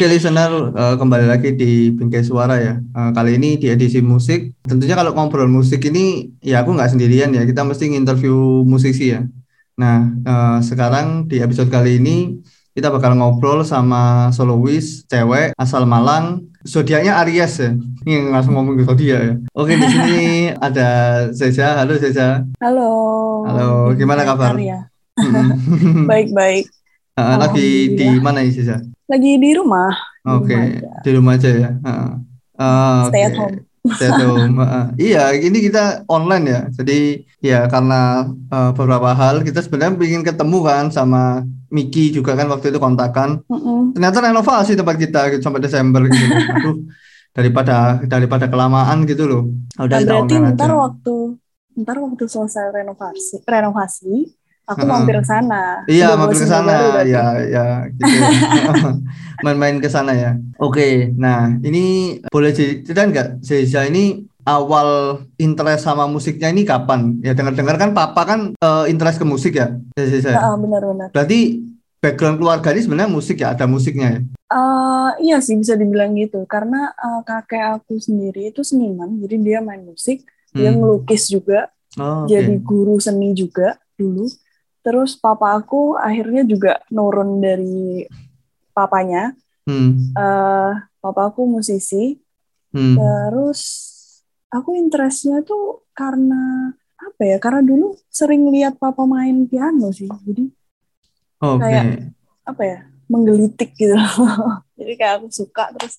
Oke listener, kembali lagi di Bingkai Suara ya. Kali ini di edisi musik. Tentunya kalau ngobrol musik ini ya aku nggak sendirian ya. Kita mesti nginterview musisi ya. Nah, sekarang di episode kali ini kita bakal ngobrol sama solois cewek asal Malang. Zodiaknya Aries ya. Ini langsung ngomong ke zodiak ya. Oke, di sini ada Zeza. Halo Zeza. Halo, Halo, gimana Bingkai kabar? Karya. Mm-mm. Baik-baik, Lagi di Alhamdulillah. mana nih Zeza? Lagi di Oke, rumah aja. di rumah aja ya. Stay Oke, at home. stay at home. Iya, ini kita online ya. Jadi ya karena beberapa hal kita sebenarnya ingin ketemu kan sama Miki juga kan waktu itu kontakan. Mm-mm. Ternyata renovasi tempat kita gitu, sampai Desember gitu loh. Aduh, daripada daripada kelamaan gitu loh. Udah Nah, kita berarti online aja. ntar waktu selesai renovasi, aku Heeh. mampir ke sana. Iya, Udah bawa mampir ke single sana baru ya, berarti. ya gitu ya. Main-main ke sana ya. Oke, nah ini boleh cerita nggak, Zeza ini awal interest sama musiknya ini kapan? Ya dengar-dengar kan papa kan interest ke musik ya, Zeza. Benar-benar. Berarti background keluarga ini sebenarnya musik ya, ada musiknya ya. Iya sih bisa dibilang gitu. Karena kakek aku sendiri itu seniman, jadi dia main musik, dia Hmm. ngelukis juga, Oh, jadi oke. guru seni juga dulu. Terus papa aku akhirnya juga nurun dari papanya. Hmm. eh Papa aku musisi. Hmm. Terus aku interestnya tuh karena apa ya? Karena dulu sering lihat papa main piano sih. Jadi kayak Oke. apa ya? Menggelitik gitu. Jadi kayak aku suka terus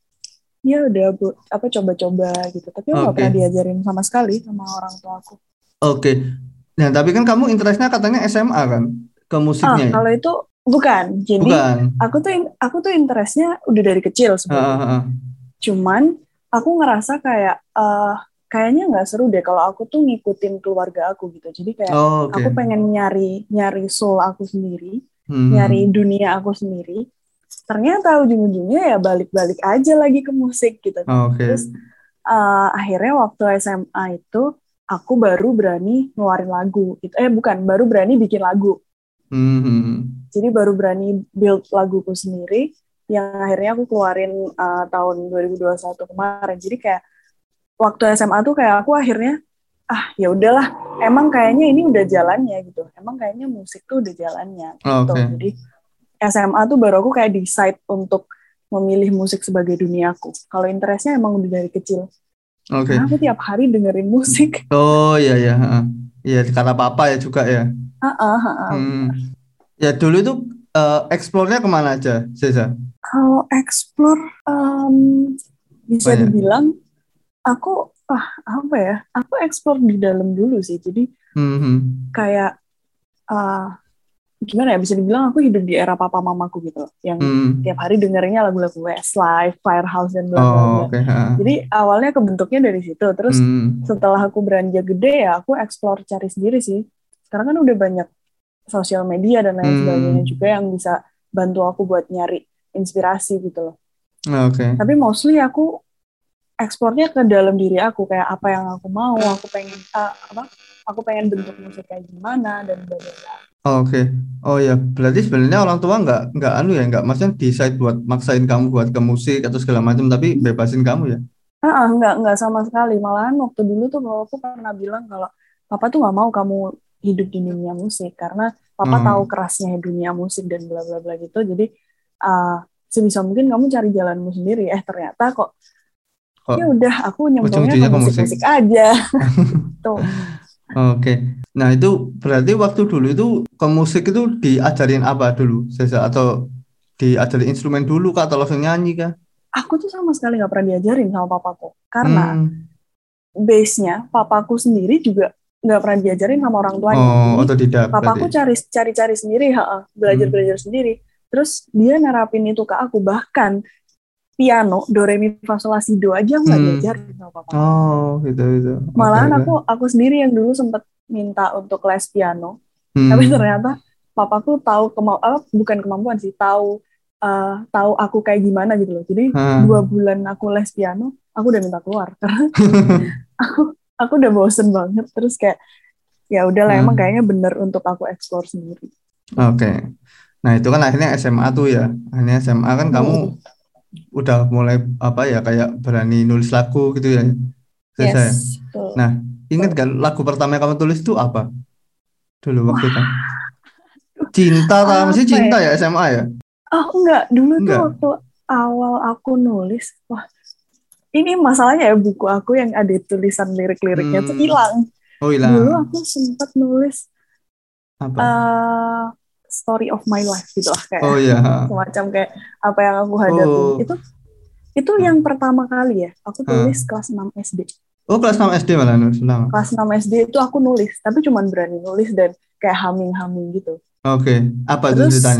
ya udah apa coba-coba gitu. Tapi aku nggak Oke. pernah diajarin sama sekali sama orang tua aku. Oke. Nah, tapi kan kamu interestnya katanya SMA kan ke musiknya ya? Kalau itu bukan. Jadi Bukan. aku tuh interestnya udah dari kecil Heeh, sebenarnya. heeh. Cuman aku ngerasa kayak kayaknya nggak seru deh kalau aku tuh ngikutin keluarga aku gitu. Jadi kayak Oh, aku oke. pengen nyari nyari soul aku sendiri, nyari Hmm. dunia aku sendiri. Ternyata ujung-ujungnya ya balik-balik aja lagi ke musik gitu kan. Oke. Terus akhirnya waktu SMA itu aku baru berani ngeluarin lagu. Gitu. Bukan, baru berani bikin lagu. Hmm. Jadi baru berani build laguku sendiri yang akhirnya aku keluarin tahun 2021 kemarin. Jadi kayak waktu SMA tuh kayak aku akhirnya ya udahlah, emang kayaknya ini udah jalannya gitu. Emang kayaknya musik tuh udah jalannya gitu. Oke. Jadi SMA tuh baru aku kayak decide untuk memilih musik sebagai duniaku. Kalau interestnya emang udah dari kecil. Oke. Karena aku tiap hari dengerin musik. Oh, iya ya. Heeh. Iya, karena papa ya juga ya. Benar. Hmm. Ya dulu itu explore-nya kemana aja, Ceza? Kalau explore bisa Banyak. dibilang aku apa ya? Aku explore di dalam dulu sih. Jadi Hmm. kayak uh, gimana ya, bisa dibilang aku hidup di era papa mamaku gitu loh, yang tiap Hmm. hari dengerinnya lagu-lagu Westlife, Firehouse dan bla bla Oh, bla. oke. Heeh. Jadi awalnya kebentuknya dari situ. Terus Hmm. setelah aku beranjak gede ya aku explore cari sendiri sih. Sekarang kan udah banyak sosial media dan lain sebagainya juga Hmm. yang bisa bantu aku buat nyari inspirasi gitu loh. Oke. Tapi mostly aku ekspornya ke dalam diri aku, kayak apa yang aku mau, aku pengen bentuk musik kayak gimana dan bla bla bla. Oke. Oh ya, berarti sebenarnya orang tua nggak anu ya, nggak maksudnya decide buat maksain kamu buat ke musik atau segala macam, tapi bebasin kamu ya. Nggak sama sekali. Malahan waktu dulu tuh aku pernah bilang kalau papa tuh nggak mau kamu hidup di dunia musik karena papa tahu Hmm. kerasnya dunia musik dan bla bla bla gitu. Jadi uh, sebisa mungkin kamu cari jalanmu sendiri. Ternyata kok Kok ya udah aku nyemplungnya ke ujung-ujungnya ke musik. musik-musik aja tuh. Oke. Nah, itu berarti waktu dulu itu ke musik itu diajarin apa dulu, Sesa? Atau diajarin instrumen dulu kah atau langsung nyanyi kah? Aku tuh sama sekali nggak pernah diajarin sama papaku karena Hmm. base-nya papaku sendiri juga nggak pernah diajarin sama orang tuanya. Oh, Jadi otodidak berarti. papaku cari-cari sendiri, belajar-belajar Hmm. sendiri. Terus dia nerapin itu ke aku. Bahkan piano, do re mi fa sol la si do aja nggak Hmm. diajarin sama papaku. Oh, gitu gitu. Oke, Malahan oke. aku sendiri yang dulu sempat minta untuk les piano. Tapi Hmm. ternyata papaku tahu bukan kemampuan sih, tahu aku kayak gimana gitu loh. Jadi Hah. 2 bulan aku les piano, aku udah minta keluar karena aku aku udah bosen banget. Terus kayak ya udahlah, emang Hmm. kayaknya bener untuk aku explore sendiri. Oke. Nah, itu kan akhirnya SMA tuh ya. Akhirnya SMA kan kamu Mm-mm. udah mulai apa ya kayak berani nulis lagu gitu ya. Selesai. Yes, betul, Nah, ingat betul. gak lagu pertama yang kamu tulis itu apa dulu waktu itu? Wah, Cinta, mesti apa cinta ya? ya SMA ya? Oh enggak, dulu tuh Enggak. waktu awal aku nulis, wah ini masalahnya ya buku aku yang ada tulisan lirik-liriknya tuh Hmm. hilang. Oh, Dulu hilang. aku sempat nulis Apa? eh story of my life gitu lah, kayak Oh ya. semacam kayak apa yang aku hadapin. Oh. Itu yang pertama kali ya, aku tulis Hah. kelas 6 SD. Oh, kelas 6 SD malah nulis lama. Kelas 6 SD itu aku nulis, tapi cuman berani nulis dan kayak humming-humming gitu. Oke. Apa itu Terus ceritanya?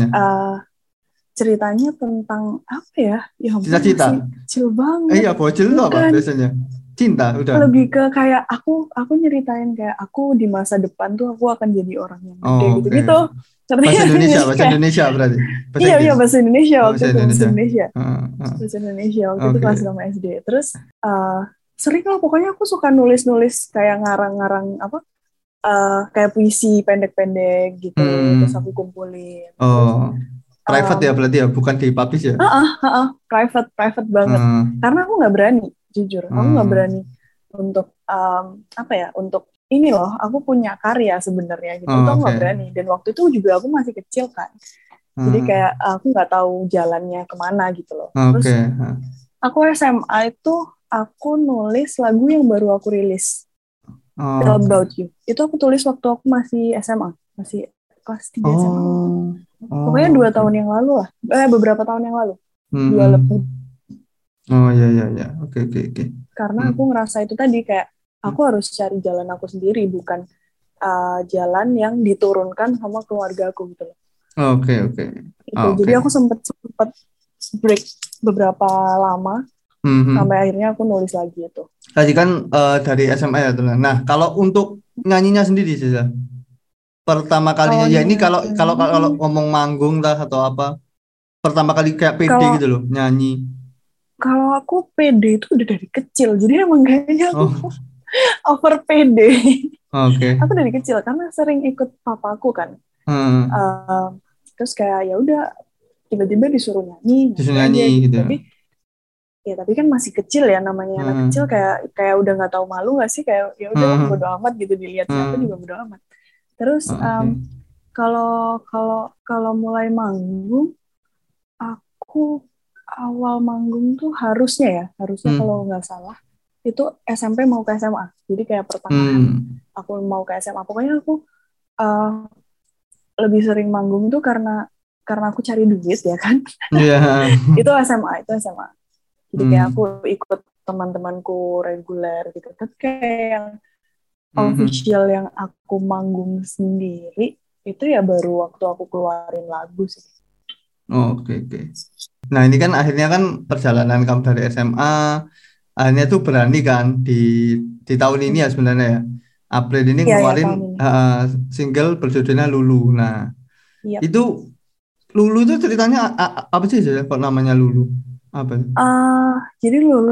ceritanya tentang apa ya? Ya ampun, Cita-cita. masih kecil banget. Iya, bocil itu apa Bukan, biasanya? Cinta, udah. lebih ke kayak aku nyeritain kayak aku di masa depan tuh aku akan jadi orang yang gede Oh, oke. gitu-gitu. Ngerti Bahasa nggak sih? Indonesia, Jadi bahasa kayak Indonesia berarti. Bahasa iya iya Inggris. bahasa Indonesia Oh, waktu bahasa itu, bahasa Indonesia. Indonesia. Heeh. Bahasa Indonesia waktu itu Oke. kelas 6 SD. Terus uh, sering lah pokoknya aku suka nulis-nulis kayak ngarang-ngarang apa kayak puisi pendek-pendek gitu. Terus aku Hmm. kumpulin. Terus Oh, private ya berarti ya, bukan di publish ya? private private banget. Hmm. Karena aku nggak berani, jujur. Aku nggak Hmm. berani untuk apa ya, untuk ini loh, aku punya karya sebenarnya gitu. Itu Oh, aku oke. nggak berani. Dan waktu itu juga aku masih kecil kan. Jadi Hmm. kayak aku nggak tahu jalannya kemana gitu loh. Oke. Terus aku SMA itu aku nulis lagu yang baru aku rilis, Oh, All oke. About You. Itu aku tulis waktu aku masih SMA, masih kelas 3 SMA. Oh. Pokoknya Oh, 2 tahun oke. yang lalu lah, beberapa tahun yang lalu, dua lebih. Hmm. Oh, ya, ya, ya. Oke, oke, oke. Karena aku Hmm. ngerasa itu tadi kayak aku harus cari jalan aku sendiri, bukan jalan yang diturunkan sama keluarga aku gitu loh. Oke, oke. Itu Oke. jadi aku sempet break beberapa lama sampai Hmm. akhirnya aku nulis lagi itu. Tadi kan dari SMA ya, teman. Nah, kalau untuk nyanyinya sendiri sih, Zah. Pertama kalinya Kalau ya ini kalau kalau kalau nyanyi, ngomong manggung lah atau apa, pertama kali kayak pede kalau gitu loh, nyanyi. kalau aku pede itu udah dari kecil, jadi emang kayaknya aku Oh, over pede. oke. Aku dari kecil karena sering ikut papaku kan. Hmm. Uh, terus kayak ya udah tiba-tiba disuruh nyanyi Terus nyanyi nyanyi aja gitu. gitu. Tapi kan masih kecil ya, namanya anak kecil, Hmm. kayak kayak udah nggak tahu malu nggak sih, kayak ya udahlah bodo Hmm. amat gitu, dilihat siapa juga Hmm. bodo amat. Terus Oke. kalau kalau kalau mulai manggung, aku awal manggung tuh harusnya kalau Hmm. nggak salah itu SMP mau ke SMA. Jadi kayak pertengahan Hmm. aku mau ke SMA. Pokoknya aku uh, lebih sering manggung tuh karena aku cari duit ya kan. Iya. itu SMA. Jadi kayak aku Hmm. ikut teman-temanku reguler gitu. Tapi kayak yang Hmm. official yang aku manggung sendiri itu ya baru waktu aku keluarin lagu sih. Oke, oke. Nah, ini kan akhirnya kan perjalanan kamu dari SMA, akhirnya tuh berani kan di tahun ini ya sebenarnya ya. April ini Iya ya, ngeluarin tahun ini. single berjudulnya Lulu. Nah, Iya. itu Lulu itu ceritanya apa sih ya kok namanya Lulu? Apa? Jadi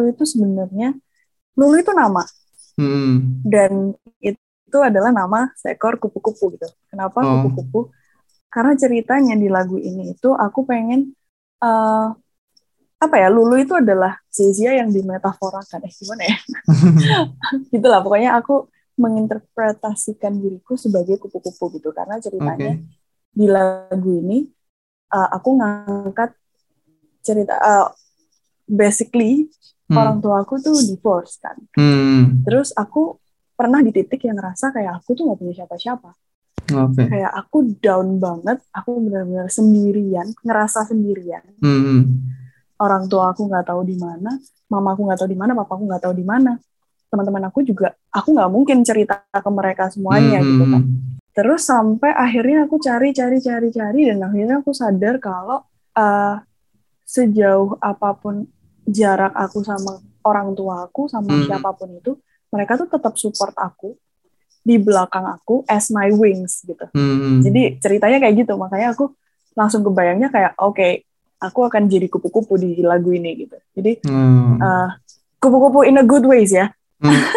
Lulu itu nama, Hmm. dan itu adalah nama seekor kupu-kupu gitu. Kenapa Oh. kupu-kupu? Karena ceritanya di lagu ini itu aku pengen uh, apa ya, Lulu itu adalah Zezia yang dimetaforakan, gimana ya? Gitulah pokoknya aku menginterpretasikan diriku sebagai kupu-kupu gitu, karena ceritanya Oke. di lagu ini aku ngangkat cerita basically orang Hmm. tua aku tuh divorce kan. Hmm. Terus aku pernah di titik yang ngerasa kayak aku tuh nggak punya siapa-siapa. Oke. Kayak aku down banget, aku benar-benar sendirian, ngerasa sendirian. Hmm. Orang tua aku nggak tahu di mana, mama aku nggak tahu di mana, papa aku nggak tahu di mana. Teman-teman aku juga, aku nggak mungkin cerita ke mereka semuanya gitu kan. Hmm. Terus sampai akhirnya aku cari, dan akhirnya aku sadar kalau sejauh apapun jarak aku sama orang tua aku, sama Hmm. siapapun itu, mereka tuh tetap support aku, di belakang aku as my wings gitu. Hmm. Jadi ceritanya kayak gitu, makanya aku langsung kebayangnya kayak oke, aku akan jadi kupu-kupu di lagu ini gitu. Jadi Hmm. kupu-kupu in a good ways ya. Hmm.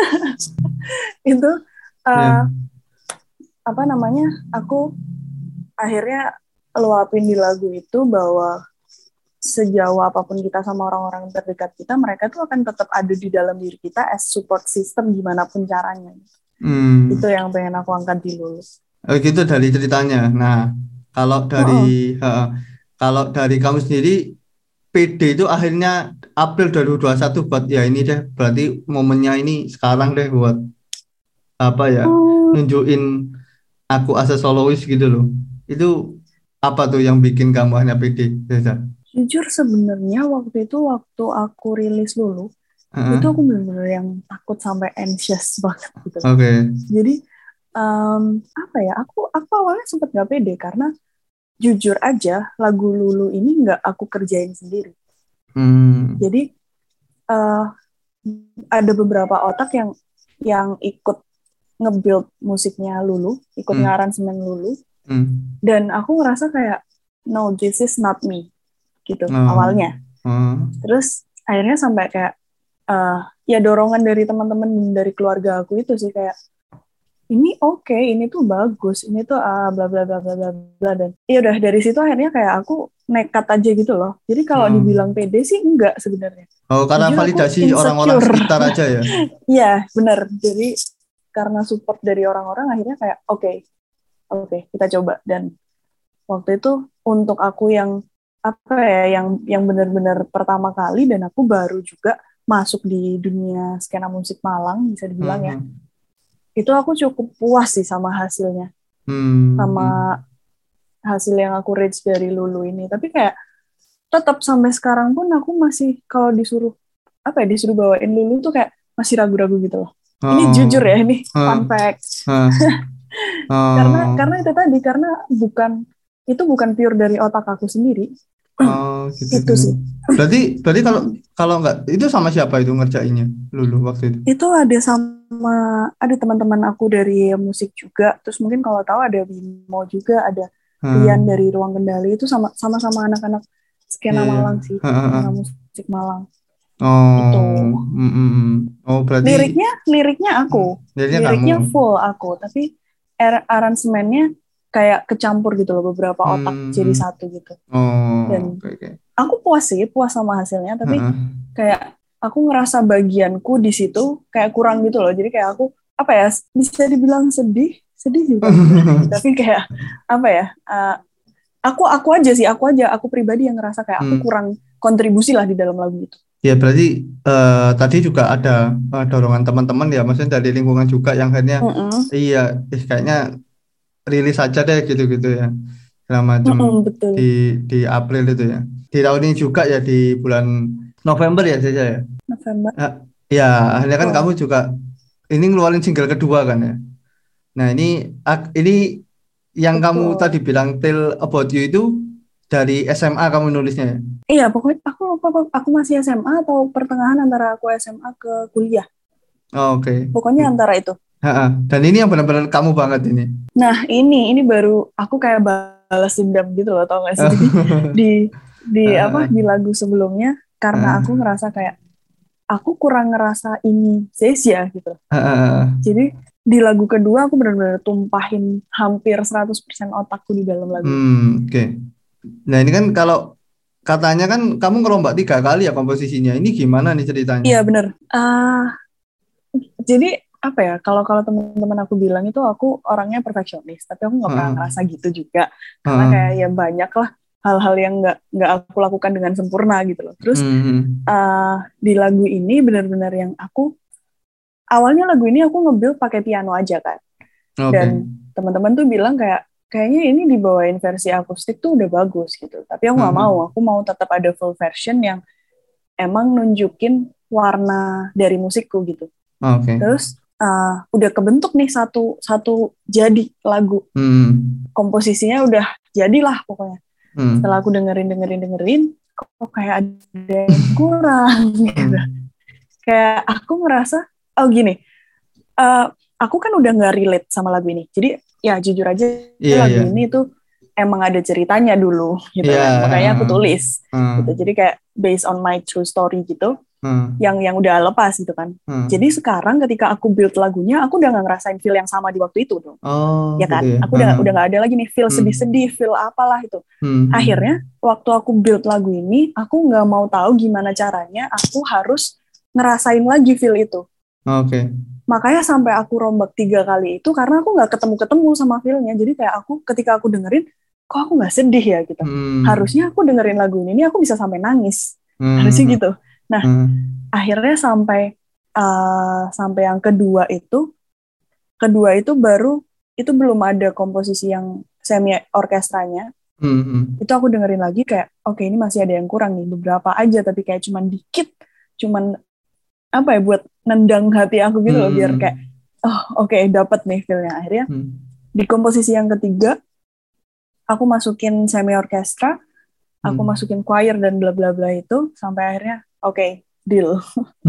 Itu Ya. uh, apa namanya? Aku akhirnya luapin di lagu itu bahwa sejauh apapun kita sama orang-orang terdekat kita, mereka tuh akan tetap ada di dalam diri kita as support system gimana pun caranya. Itu yang pengen aku angkat di Lulus. Gitu dari ceritanya. Nah, kalau dari kalau dari kamu sendiri, PD itu akhirnya April 2021 buat ya ini deh, berarti momennya ini sekarang deh buat apa ya, nunjukin aku as a soloist gitu loh. Itu apa tuh yang bikin kamu hanya PD, Reza? Jujur sebenarnya waktu aku rilis Lulu, itu aku benar-benar yang takut sampai anxious banget gitu. Jadi apa ya, aku awalnya sempat gak pede karena jujur aja lagu Lulu ini nggak aku kerjain sendiri. Jadi ada beberapa otak yang ikut nge-build musiknya Lulu, ikut ngaransemen Lulu, dan aku ngerasa kayak no, this is not me gitu awalnya. Terus akhirnya sampai kayak ya dorongan dari teman-teman dari keluarga aku itu sih kayak ini oke, ini tuh bagus, ini tuh bla bla bla bla bla bla, dan ya udah dari situ akhirnya kayak aku nekat aja gitu loh. Jadi kalau dibilang pede sih enggak sebenarnya. Karena jujur validasi orang-orang sekitar aja ya. Iya, benar. Jadi karena support dari orang-orang akhirnya kayak oke, kita coba. Dan waktu itu untuk aku yang apa ya, yang benar-benar pertama kali, dan aku baru juga masuk di dunia skena musik Malang bisa dibilang ya. Itu aku cukup puas sih sama hasilnya, sama hasil yang aku reach dari Lulu ini. Tapi kayak tetap sampai sekarang pun aku masih kalau disuruh bawain Lulu tuh kayak masih ragu-ragu gitu loh. Ini jujur ya, ini fun fact. Karena itu tadi, karena bukan pure dari otak aku sendiri. Gitu. Itu sih. Berarti kalau nggak itu sama siapa itu ngerjainnya Lulu waktu itu? Itu ada teman-teman aku dari musik juga. Terus mungkin kalau tahu ada Bimo juga, ada Rian dari Ruang Kendali, itu sama-sama anak-anak skena Malang sih, skena musik Malang. Gitu. Berarti liriknya aku, liriknya full aku, tapi aransemennya kayak kecampur gitu loh, beberapa otak jadi satu gitu. Dan aku puas sama hasilnya, tapi kayak aku ngerasa bagianku di situ kayak kurang gitu loh. Jadi kayak aku apa ya, bisa dibilang sedih juga. Tapi kayak apa ya? Aku pribadi yang ngerasa kayak aku kurang kontribusi lah di dalam lagu itu. Ya berarti tadi juga ada dorongan teman-teman ya, maksudnya dari lingkungan juga yang akhirnya kayaknya rilis aja deh gitu-gitu ya, segala macam di April itu ya, di tahun ini juga ya, di bulan November ya saja ya. November. Ya akhirnya kan kamu juga ini ngeluarin single kedua kan ya. Nah ini yang kamu tadi bilang Tell About You itu dari SMA kamu nulisnya ya? Iya, pokoknya aku masih SMA atau pertengahan antara aku SMA ke kuliah. Oke. Pokoknya antara itu. Dan ini yang benar-benar kamu banget ini. Nah, ini baru aku kayak balas dendam gitu loh, tau gak sih? Di lagu sebelumnya, karena aku ngerasa kayak aku kurang ngerasa ini sia-sia gitu. Jadi di lagu kedua aku benar-benar tumpahin hampir 100% otakku di dalam lagu. Oke. Nah ini kan kalau katanya kan kamu ngerombak 3 kali ya komposisinya. Ini gimana nih ceritanya? Iya benar. Jadi apa ya, kalau teman-teman aku bilang itu aku orangnya perfeksionis, tapi aku nggak pernah ngerasa gitu juga, karena kayak ya banyak lah hal-hal yang nggak aku lakukan dengan sempurna gitu loh. Terus di lagu ini benar-benar yang awalnya lagu ini aku nge-build pakai piano aja kan, dan teman-teman tuh bilang kayaknya ini dibawain versi akustik tuh udah bagus gitu, tapi aku nggak mau, aku mau tetap ada full version yang emang nunjukin warna dari musikku gitu. Terus udah kebentuk nih satu jadi lagu. Komposisinya udah jadilah pokoknya. Setelah aku dengerin, kok kayak ada yang kurang gitu. Kayak aku ngerasa, gini, aku kan udah nggak relate sama lagu ini. Jadi ya jujur aja lagu ini tuh emang ada ceritanya dulu gitu kan. Makanya aku tulis gitu. Jadi kayak based on my true story gitu. yang udah lepas gitu kan. Jadi sekarang ketika aku build lagunya, aku udah nggak ngerasain feel yang sama di waktu itu dong. Oh, Ya kan? gitu ya. Aku udah nggak ada lagi nih feel sedih-sedih, feel apalah itu. Akhirnya waktu aku build lagu ini, aku nggak mau tahu gimana caranya aku harus ngerasain lagi feel itu. Oke. Makanya sampai aku rombak 3 kali itu karena aku nggak ketemu sama feel-nya. Jadi kayak aku ketika aku dengerin, kok aku nggak sedih ya gitu. Harusnya aku dengerin lagu ini aku bisa sampai nangis. Harusnya gitu. Nah, akhirnya sampai yang kedua itu baru itu belum ada komposisi yang semi orkestranya. Itu aku dengerin lagi kayak oke, ini masih ada yang kurang nih, beberapa aja tapi kayak cuman dikit, cuman apa ya buat nendang hati aku gitu loh biar kayak oke, dapet nih feel-nya. Akhirnya di komposisi yang ketiga aku masukin semi orkestra, aku masukin choir dan bla bla bla itu sampai akhirnya oke, deal.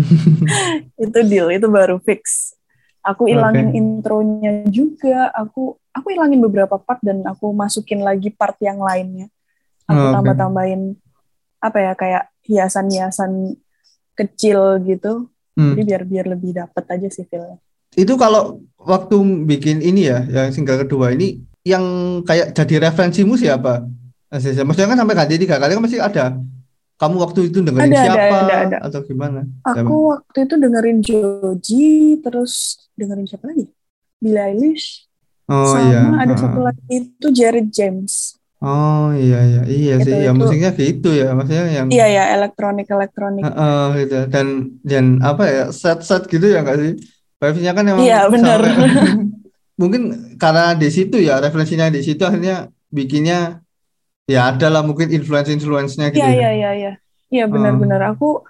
Itu baru fix. Aku ilangin intronya juga, aku ilangin beberapa part dan aku masukin lagi part yang lainnya. Aku tambah-tambahin apa ya kayak hiasan-hiasan kecil gitu. Jadi biar lebih dapet aja sih feel-nya. Itu kalau waktu bikin ini ya, yang single kedua ini yang kayak jadi referensimu siapa? Maksudnya kan sampai ganti 3 kali kan masih ada. Kamu waktu itu dengerin siapa ada. atau gimana? Aku waktu itu dengerin Joji, terus dengerin siapa lagi? Billie Eilish. Sama ada satu lagi itu Jared James. Oh iya sih, ya musiknya gitu ya, maksudnya yang iya elektronik gitu dan apa ya set gitu ya nggak sih? Vibes-nya kan emang iya benar. Mungkin karena di situ ya referensinya di situ akhirnya bikinnya ya ada lah mungkin influence-nya gitu ya. Iya benar-benar aku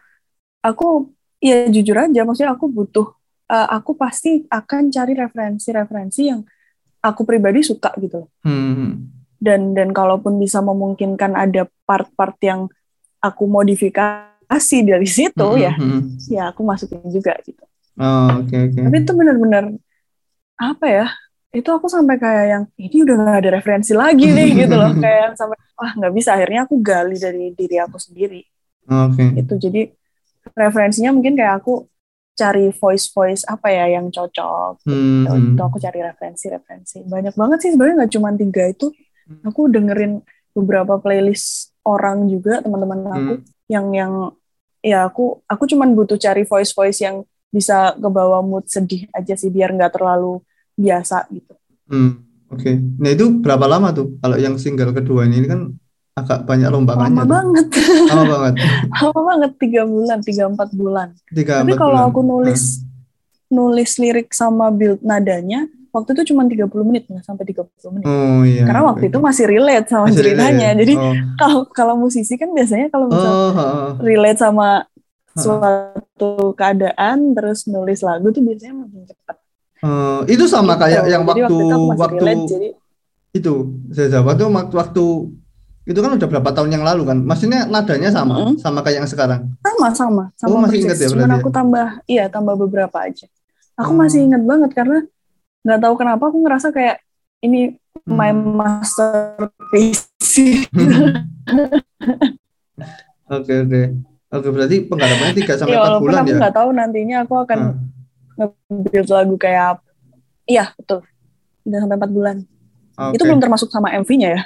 ya jujur aja maksudnya aku butuh aku pasti akan cari referensi yang aku pribadi suka gitu. Dan kalaupun bisa memungkinkan ada part-part yang aku modifikasi dari situ ya aku masukin juga gitu. Oke. Tapi itu benar-benar apa ya? Itu aku sampai kayak yang ini udah nggak ada referensi lagi nih gitu loh, kayak sampai nggak bisa, akhirnya aku gali dari diri aku sendiri. Itu jadi referensinya mungkin kayak aku cari voice apa ya yang cocok gitu. Itu aku cari referensi banyak banget sih sebenarnya, nggak cuma 3 itu. Aku dengerin beberapa playlist orang juga teman-teman aku yang ya aku cuman butuh cari voice yang bisa kebawa mood sedih aja sih biar nggak terlalu biasa gitu. Oke. Nah itu berapa lama tuh kalau yang single kedua ini kan agak banyak rombakannya lama tuh. banget. Lama banget. Lama banget 3-4 bulan. Tapi 3-4 kalau bulan. aku nulis lirik sama build nadanya waktu itu cuma 30 menit, nggak sampai 30 menit. Oh iya. Karena waktu itu masih relate sama ceritanya. Jadi kalau musisi kan biasanya kalau misalnya relate sama suatu keadaan terus nulis lagu tuh biasanya makin cepat. Itu sama gitu. kayak yang jadi waktu itu aku masih relate, jadi itu saya waktu itu kan udah berapa tahun yang lalu kan, maksudnya nadanya sama kayak yang sekarang. Sama masih ingat ya, cuman aku tambah beberapa aja. Aku masih ingat banget karena nggak tahu kenapa aku ngerasa kayak ini my masterpiece. Oke, berarti penggarapannya 3-4 bulan ya. Walaupun aku nggak tahu nantinya aku akan nge-build lagu kayak apa. Iya, betul. 3-4 bulan. Itu belum termasuk sama MV-nya ya.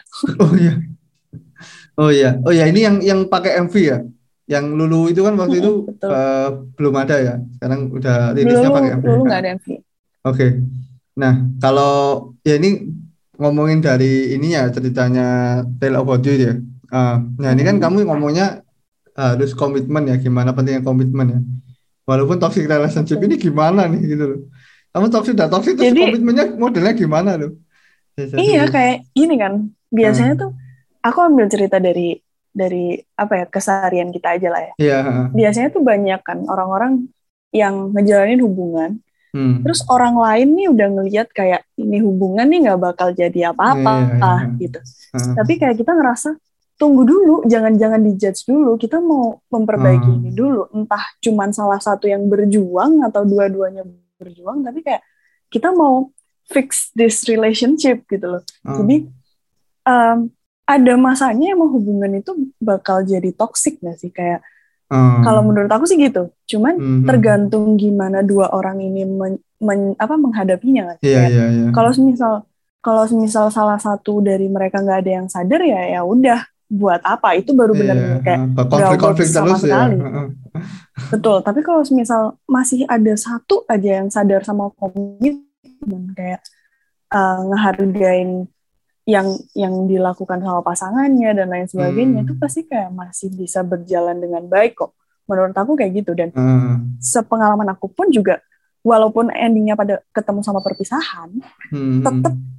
Oh iya, ini yang pakai MV ya. Yang Lulu itu kan waktu itu belum ada ya. Sekarang udah rilisnya pakai MV. Lulu nggak ada MV. Oke. Nah, kalau ya ini ngomongin dari ininya ceritanya Tale of What You ya. Nah, ini kan kamu ngomongnya harus komitmen ya, gimana pentingnya komitmen ya. Walaupun toxic relationship ini gimana nih gitu loh. Kamu toxic terus komitmennya modelnya gimana loh? Iya, kayak gini kan. Biasanya tuh aku ambil cerita dari apa ya, keseharian kita aja lah ya. Biasanya tuh banyak kan orang-orang yang ngejalanin hubungan, terus orang lain nih udah ngelihat kayak ini hubungan nih nggak bakal jadi apa-apa gitu. Tapi kayak kita ngerasa tunggu dulu, jangan dijudge dulu. Kita mau memperbaiki ini dulu. Entah cuman salah satu yang berjuang atau dua-duanya berjuang, tapi kayak kita mau fix this relationship gitu loh. Jadi ada masanya emang hubungan itu bakal jadi toxic nggak sih? Kayak Kalau menurut aku sih gitu. Cuman Mhm. tergantung gimana dua orang ini menghadapinya kan. Iya, Kayak iya, iya. kalau semisal salah satu dari mereka nggak ada yang sadar ya ya udah buat apa? Itu baru Iya, benar-benar kayak nggak konflik-konflik works sama terus ya. sekali. Betul. Tapi kalau semisal masih ada satu aja yang sadar sama komitmen kayak ngehargain yang dilakukan sama pasangannya dan lain sebagainya itu Hmm. pasti kayak masih bisa berjalan dengan baik kok. Menurut aku kayak gitu dan Hmm. sepengalaman aku pun juga walaupun endingnya pada ketemu sama perpisahan, tetap Hmm.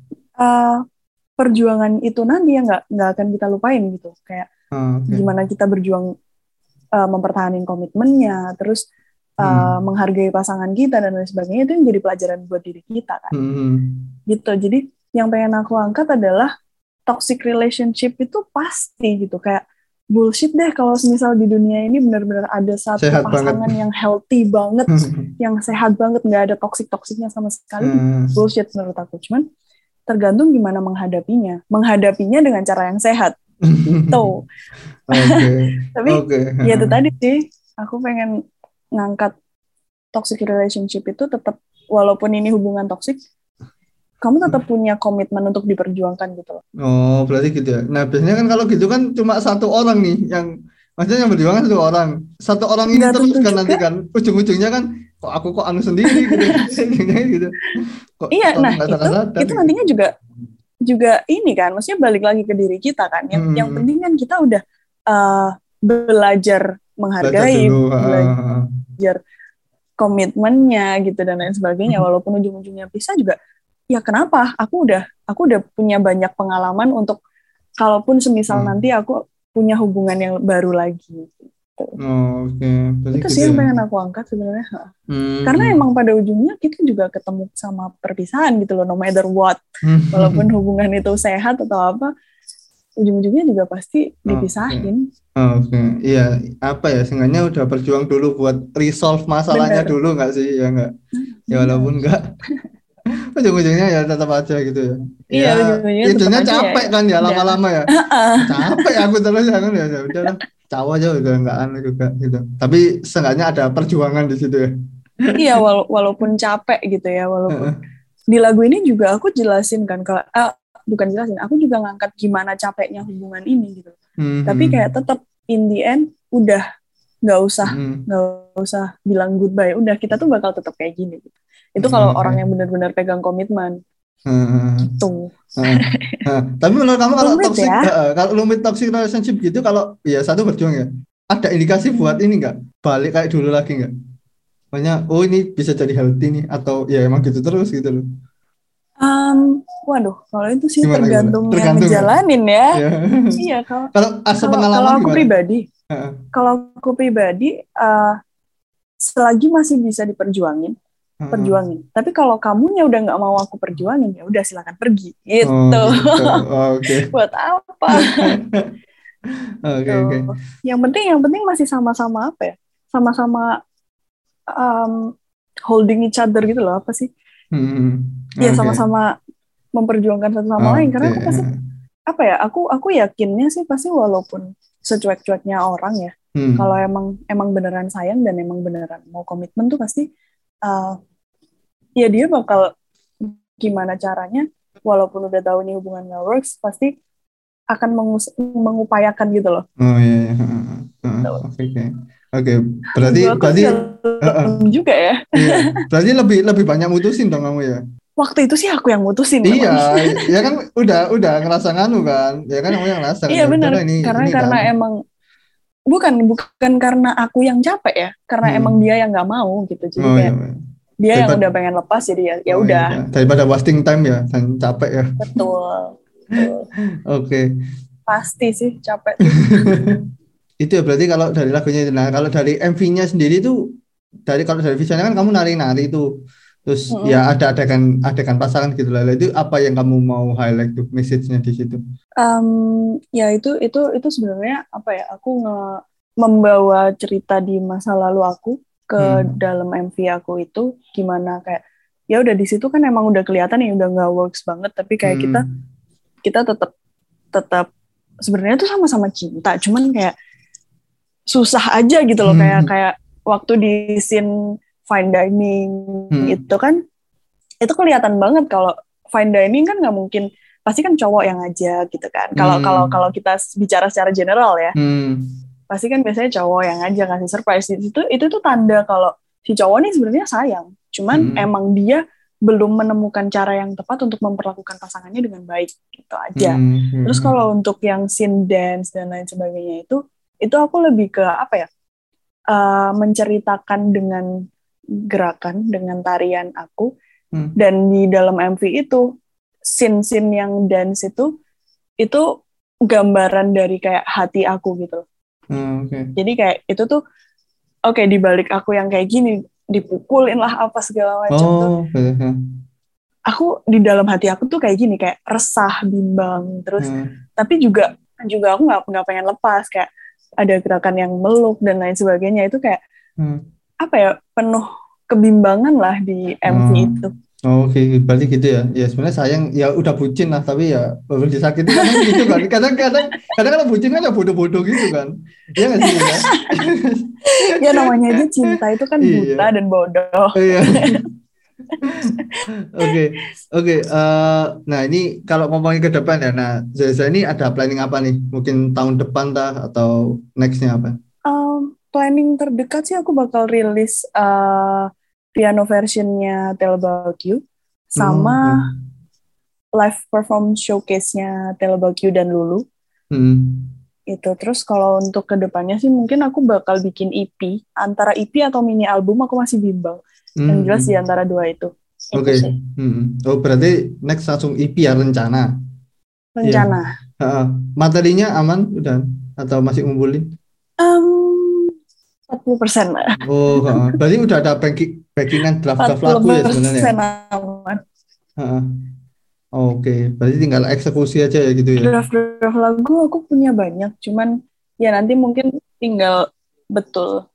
perjuangan itu nanti ya nggak akan kita lupain gitu. Kayak Oke. gimana kita berjuang mempertahankan komitmennya, terus Hmm. menghargai pasangan kita dan lain sebagainya itu yang jadi pelajaran buat diri kita kan. Hmm. Gitu. Jadi yang pengen aku angkat adalah toxic relationship itu pasti gitu kayak bullshit deh kalau misal di dunia ini benar-benar ada satu Sehat banget. pasangan yang healthy banget, yang sehat banget, nggak ada toxic-toxicnya sama sekali itu Hmm. bullshit menurut aku. Cuman tergantung gimana menghadapinya dengan cara yang sehat gitu. Oke, Tapi oke. ya itu tadi sih aku pengen ngangkat toxic relationship itu tetap walaupun ini hubungan toxic kamu tetap punya komitmen untuk diperjuangkan gitu loh. Oh, berarti gitu ya. Nah, biasanya kan kalau gitu kan cuma satu orang nih yang maksudnya yang berjuang kan satu orang. Satu orang ini Nggak terus tentu kan nanti juga. kan ujung-ujungnya kan kok aku kok anu sendiri gitu. Ujungnya gitu. Kok Iya, kok aku nah nggak itu sadar itu gitu. nantinya juga juga ini kan, maksudnya balik lagi ke diri kita kan. Yang Hmm, penting kan kita udah uh, belajar belajar menghargai, dulu. belajar komitmennya gitu dan lain sebagainya. Walaupun ujung-ujungnya pisah juga, ya kenapa? Aku udah punya banyak pengalaman untuk kalaupun semisal nanti Hmm. aku punya hubungan yang baru lagi. Gitu. Oh, oke, berarti Itu gitu sih yang ya. pengen aku angkat sebenarnya. Karena Hmm. emang pada ujungnya kita juga ketemu sama perpisahan gitu loh, no matter what. Walaupun Hmm. hubungan itu sehat atau apa, ujung-ujungnya juga pasti Oke. dipisahin. Oke, iya, apa ya, seenggaknya udah berjuang dulu buat resolve masalahnya Bener, dulu nggak sih, ya nggak? Ya walaupun bener. nggak, ujung-ujungnya ya tetap aja gitu ya. Ya, Iya, ujung-ujungnya tetap intinya aja ya, capek ya kan ya udah. lama-lama ya. Capek aku terus ya kan ya udah lah, cawa aja udah nggak anu juga gitu. Tapi seenggaknya ada perjuangan di situ ya. Iya, walaupun capek gitu ya, walaupun di lagu ini juga aku jelasin kan, kalau bukan jelasin, aku juga ngangkat gimana capeknya hubungan ini gitu. Tapi kayak Mhm. tetap in the end udah nggak usah Mhm. nggak usah bilang goodbye, udah kita tuh bakal tetap kayak gini gitu. Itu kalau Oke. orang yang benar-benar pegang komitmen Heeh. gitu. Heeh. Heeh. Tapi menurut kamu kalau Rumit toxic, ya. kalau rumit toxic relationship gitu, kalau ya satu berjuang ya, ada indikasi buat Hmm. ini nggak? Balik kayak dulu lagi nggak? Makanya, oh ini bisa jadi healthy nih, atau ya emang gitu terus gitu loh. Waduh, kalau itu sih Gimana gimana? tergantung yang Tergantung ya. ngejalanin ya. Ya. Iya, kalau Kalau kalau kalau sepengalaman aku gimana? pribadi, Heeh. kalau aku pribadi selagi masih bisa diperjuangin, Heeh. perjuangin. Tapi kalau kamunya udah nggak mau aku perjuangin, ya udah silakan pergi. Oh Gitu. gitu. Oh, oke. Buat apa? Oke Tuh. oke. Yang penting masih sama-sama apa ya? Sama-sama um, holding each other gitu loh, apa sih? Hmm. Ya Oke. sama-sama memperjuangkan satu sama lain Oke. karena aku pasti apa ya? Aku yakinnya sih pasti walaupun secuek-cueknya orang ya, kalau Hmm. emang emang beneran sayang dan emang beneran mau komitmen tuh pasti uh, ya dia bakal gimana caranya walaupun udah tahu ini hubungan nggak works pasti akan mengupayakan gitu loh. Oh iya, iya. Heeh, heeh. Tuh. Oke oke. Oke, berarti Lagu aku berarti heeh. dalam juga ya. Iya. Berarti lebih lebih banyak mutusin dong kamu ya. Waktu itu sih aku yang mutusin Iya, memang. ya kan udah ngerasa nganu kan. Ya kan kamu yang ngerasa kan Iya ya benar, udahlah karena ini karena kan. emang bukan karena aku yang capek ya, karena emang dia Hmm. yang nggak mau gitu. Jadi Oh iya. kayak Iya. dia yang Daripada udah pengen lepas jadi ya ya oh iya, udah. iya. Daripada wasting time ya dan capek ya. Betul. Betul. Oke. Pasti sih capek tuh. Itu ya berarti kalau dari lagunya itu. Nah, kalau dari MV-nya sendiri itu kalau dari visualnya kan kamu nari-nari itu. Terus ya Mm-mm. ada adegan pasangan gitu lah. Itu apa yang kamu mau highlight tuh message-nya di situ? Ya itu sebenarnya apa ya? Aku membawa cerita di masa lalu aku ke Hmm. dalam MV aku itu gimana kayak ya udah di situ kan emang udah kelihatan ya udah nggak works banget tapi kayak kita Hmm. kita tetap tetap sebenarnya tuh sama-sama cinta cuman kayak susah aja gitu loh, kayak waktu di scene fine dining itu kan, itu kelihatan banget kalau fine dining kan nggak mungkin, pasti kan cowok yang ngajak gitu kan. Kalau kita bicara secara general ya, pasti kan biasanya cowok yang ngajak, ngasih surprise. Itu tuh tanda kalau si cowok nih sebenarnya sayang, cuman emang dia belum menemukan cara yang tepat untuk memperlakukan pasangannya dengan baik gitu aja. Terus kalau untuk yang scene dance dan lain sebagainya itu aku lebih ke apa ya, menceritakan dengan gerakan, dengan tarian aku. Dan di dalam MV itu scene-scene yang dance itu gambaran dari kayak hati aku gitu. Jadi kayak itu tuh di balik aku yang kayak gini, dipukulin lah apa segala macam tuh, aku di dalam hati aku tuh kayak gini, kayak resah, bimbang, terus tapi juga aku nggak pengen lepas, kayak ada gerakan yang meluk dan lain sebagainya, itu kayak apa ya, penuh kebimbangan lah di MV itu. Oke, berarti gitu ya. Ya sebenarnya sayang, ya udah bucin lah, tapi ya baru disakiti kan gitu kan. Kadang kalau bucin kan ya bodoh-bodoh gitu kan. Iya nggak sih ya? Ya namanya aja cinta itu kan buta dan bodoh. Iya. Oke. Nah ini kalau ngomongin ke depan ya. Nah, Zeza ini ada planning apa nih? Mungkin tahun depan atau nextnya apa? Planning terdekat sih aku bakal rilis piano versionnya Tell About You sama live perform showcase-nya Tell About You dan Lulu. Itu. Terus kalau untuk kedepannya sih mungkin aku bakal bikin EP, antara EP atau mini album aku masih bimbang. Yang jelas di antara dua itu. Oke. Oh berarti next langsung EP ya rencana? Rencana. Materinya aman udah atau masih ngumpulin? 40% lah. Oh, berarti udah ada backingan draft lagu ya sebenarnya. 40% aman. Oke, berarti tinggal eksekusi aja ya gitu ya. Draft lagu aku punya banyak, cuman ya nanti mungkin tinggal betul.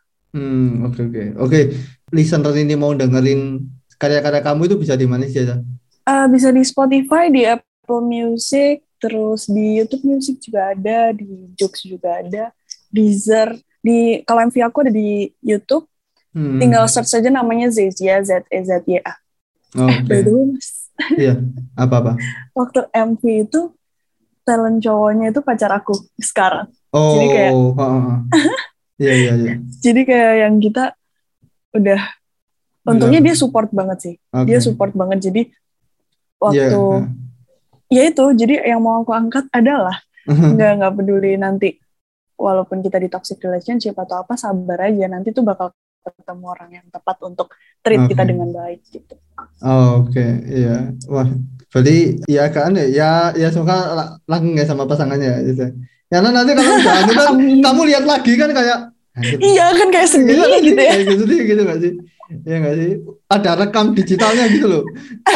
Oke. Listener ini mau dengerin karya-karya kamu itu bisa di mana sih ya? Bisa di Spotify, di Apple Music, terus di YouTube Music juga ada, di Joox juga ada, Deezer. Kalau MV aku ada di YouTube, tinggal search saja namanya Zezia, Z-E-Z-Y-A. Oke. Mas. Iya, apa-apa? Waktu MV itu talent cowoknya itu pacar aku sekarang. Oh, jadi kayak iya. Jadi kayak yang kita udah, untungnya dia support banget sih. Dia support banget. Jadi waktu ya itu, jadi yang mau aku angkat adalah nggak peduli nanti walaupun kita di toxic relationship atau apa, sabar aja, nanti tuh bakal ketemu orang yang tepat untuk treat kita dengan baik gitu. Iya. Wah, berarti ya kan ya semoga langgeng ya sama pasangannya gitu. Karena nanti kalau udah kan kamu lihat lagi kan kayak iya kan kayak sedih gitu ya. Kayak sedih gitu nggak sih? Iya nggak sih? Ada rekam digitalnya gitu loh.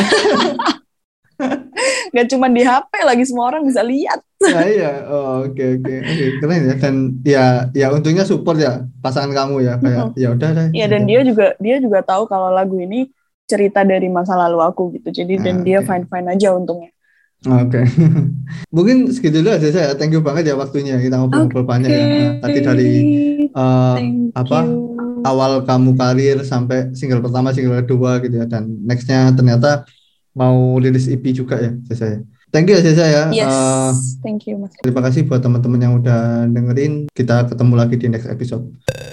Gak cuma di HP lagi, semua orang bisa lihat. Nah, iya. Oke. Keren ya. Dan ya untungnya support ya pasangan kamu ya, kayak ya udah deh. Iya, dan dia juga tahu kalau lagu ini cerita dari masa lalu aku gitu. Jadi dan dia fine aja untungnya. Oke. Mungkin segitu dulu aja saya. Thank you banget ya waktunya, kita ngobrol panjang ya. Tadi dari awal kamu karir sampai single pertama, single kedua gitu ya, dan nextnya ternyata mau rilis EP juga ya, saya. Thank you ya saya. Yes, thank you Mas. Terima kasih buat teman-teman yang udah dengerin. Kita ketemu lagi di next episode.